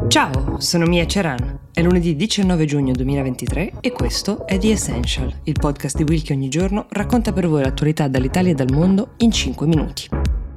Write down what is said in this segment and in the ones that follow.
Ciao, sono Mia Ceran. È lunedì 19 giugno 2023 e questo è The Essential, il podcast di Will che ogni giorno racconta per voi l'attualità dall'Italia e dal mondo in 5 minuti.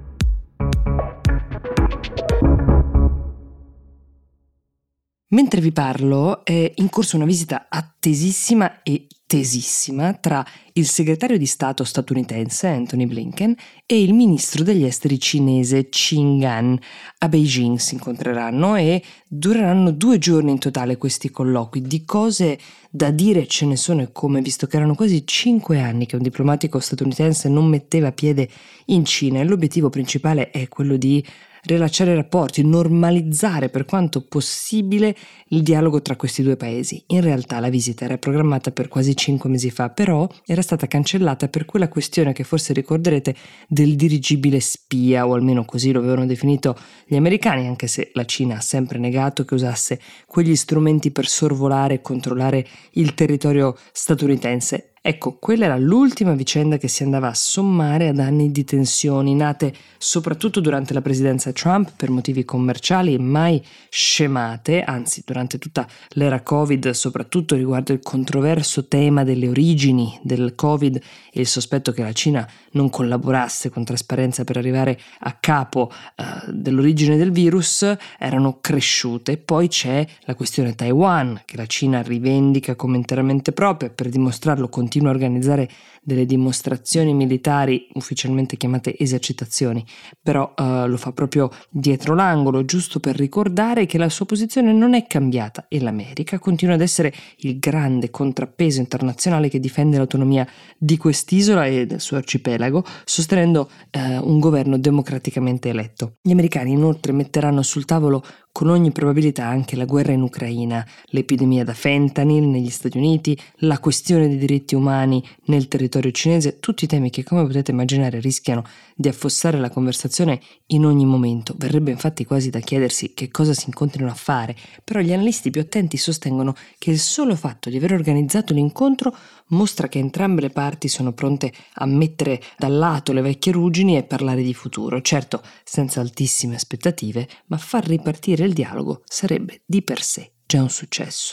Mentre vi parlo è in corso una visita attesissima e tesissima tra il segretario di Stato statunitense Antony Blinken e il ministro degli esteri cinese Qin Gang. A Beijing si incontreranno e dureranno 2 giorni in totale questi colloqui. Di cose da dire ce ne sono e come, visto che erano quasi 5 anni che un diplomatico statunitense non metteva piede in Cina e l'obiettivo principale è quello di rilasciare rapporti, normalizzare per quanto possibile il dialogo tra questi due paesi. In realtà la visita era programmata per quasi 5 mesi fa, però era stata cancellata per quella questione che forse ricorderete del dirigibile spia, o almeno così lo avevano definito gli americani, anche se la Cina ha sempre negato che usasse quegli strumenti per sorvolare e controllare il territorio statunitense. Ecco, quella era l'ultima vicenda che si andava a sommare ad anni di tensioni nate soprattutto durante la presidenza Trump per motivi commerciali mai scemate, anzi durante tutta l'era Covid, soprattutto riguardo il controverso tema delle origini del Covid e il sospetto che la Cina non collaborasse con trasparenza per arrivare a capo dell'origine del virus, erano cresciute. Poi c'è la questione Taiwan, che la Cina rivendica come interamente propria. Per dimostrarlo continua a organizzare delle dimostrazioni militari ufficialmente chiamate esercitazioni, però lo fa proprio dietro l'angolo, giusto per ricordare che la sua posizione non è cambiata e l'America continua ad essere il grande contrappeso internazionale che difende l'autonomia di quest'isola e del suo arcipelago, sostenendo un governo democraticamente eletto. Gli americani inoltre metteranno sul tavolo con ogni probabilità anche la guerra in Ucraina, l'epidemia da fentanyl negli Stati Uniti, la questione dei diritti umani nel territorio cinese, tutti temi che, come potete immaginare, rischiano di affossare la conversazione in ogni momento. Verrebbe infatti quasi da chiedersi che cosa si incontrino a fare, però gli analisti più attenti sostengono che il solo fatto di aver organizzato l'incontro mostra che entrambe le parti sono pronte a mettere dal lato le vecchie ruggini e parlare di futuro, certo senza altissime aspettative, ma far ripartire il dialogo sarebbe di per sé già un successo.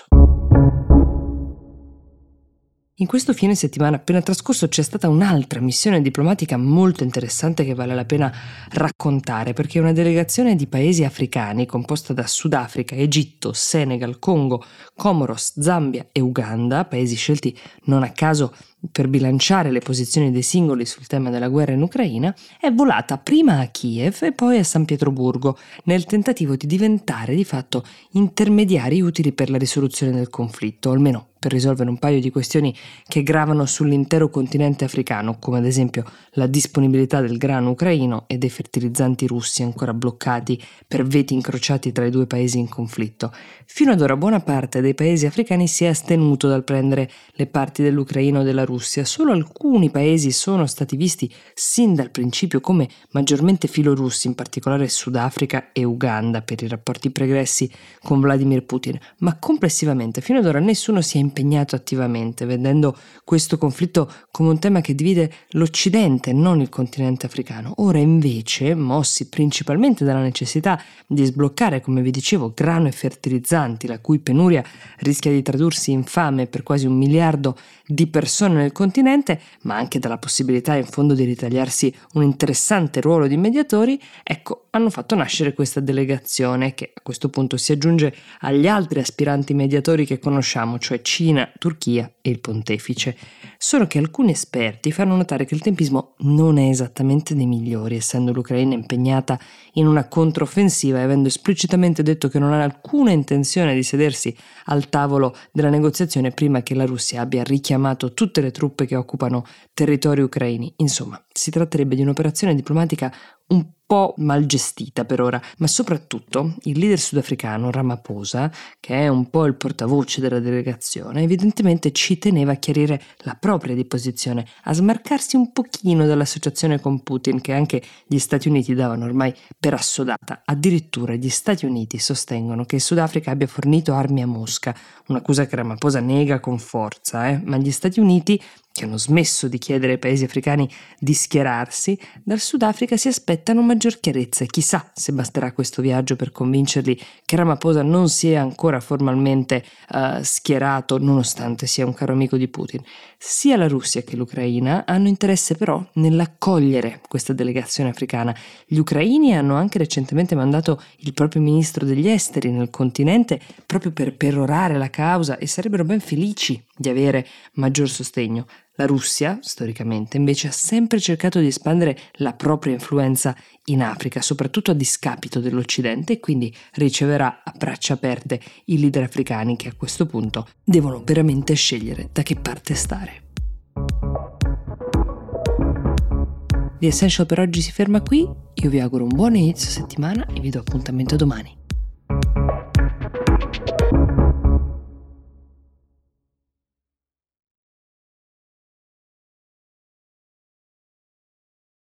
In questo fine settimana appena trascorso c'è stata un'altra missione diplomatica molto interessante che vale la pena raccontare, perché una delegazione di paesi africani composta da Sudafrica, Egitto, Senegal, Congo, Comoros, Zambia e Uganda, paesi scelti non a caso per bilanciare le posizioni dei singoli sul tema della guerra in Ucraina, è volata prima a Kiev e poi a San Pietroburgo nel tentativo di diventare di fatto intermediari utili per la risoluzione del conflitto, o almeno per risolvere un paio di questioni che gravano sull'intero continente africano, come ad esempio la disponibilità del grano ucraino e dei fertilizzanti russi ancora bloccati per veti incrociati tra i due paesi in conflitto. Fino ad ora buona parte dei paesi africani si è astenuto dal prendere le parti dell'Ucraina o della Russia. Solo alcuni paesi sono stati visti sin dal principio come maggiormente filorussi, in particolare Sudafrica e Uganda, per i rapporti pregressi con Vladimir Putin, ma complessivamente fino ad ora nessuno si è impegnato attivamente, vedendo questo conflitto come un tema che divide l'Occidente, non il continente africano. Ora invece, mossi principalmente dalla necessità di sbloccare, come vi dicevo, grano e fertilizzanti, la cui penuria rischia di tradursi in fame per quasi 1 miliardo di persone nel continente, ma anche dalla possibilità in fondo di ritagliarsi un interessante ruolo di mediatori, ecco, hanno fatto nascere questa delegazione che a questo punto si aggiunge agli altri aspiranti mediatori che conosciamo, cioè Cina, Turchia e il Pontefice. Solo che alcuni esperti fanno notare che il tempismo non è esattamente dei migliori, essendo l'Ucraina impegnata in una controffensiva e avendo esplicitamente detto che non ha alcuna intenzione di sedersi al tavolo della negoziazione prima che la Russia abbia richiamato tutte le truppe che occupano territori ucraini. Insomma, si tratterebbe di un'operazione diplomatica un po' mal gestita per ora, ma soprattutto il leader sudafricano Ramaphosa, che è un po' il portavoce della delegazione, evidentemente ci teneva a chiarire la propria di posizione, a smarcarsi un pochino dall'associazione con Putin che anche gli Stati Uniti davano ormai per assodata. Addirittura gli Stati Uniti sostengono che il Sudafrica abbia fornito armi a Mosca, un'accusa che Ramaphosa nega con forza, ma gli Stati Uniti, che hanno smesso di chiedere ai paesi africani di schierarsi, dal Sudafrica si aspettano maggiori maggior chiarezza e chissà se basterà questo viaggio per convincerli che Ramaphosa non si è ancora formalmente schierato, nonostante sia un caro amico di Putin. Sia la Russia che l'Ucraina hanno interesse però nell'accogliere questa delegazione africana. Gli ucraini hanno anche recentemente mandato il proprio ministro degli esteri nel continente proprio per perorare la causa e sarebbero ben felici di avere maggior sostegno. La Russia, storicamente, invece ha sempre cercato di espandere la propria influenza in Africa, soprattutto a discapito dell'Occidente, e quindi riceverà a braccia aperte i leader africani che a questo punto devono veramente scegliere da che parte stare. The Essential per oggi si ferma qui, io vi auguro un buon inizio settimana e vi do appuntamento domani.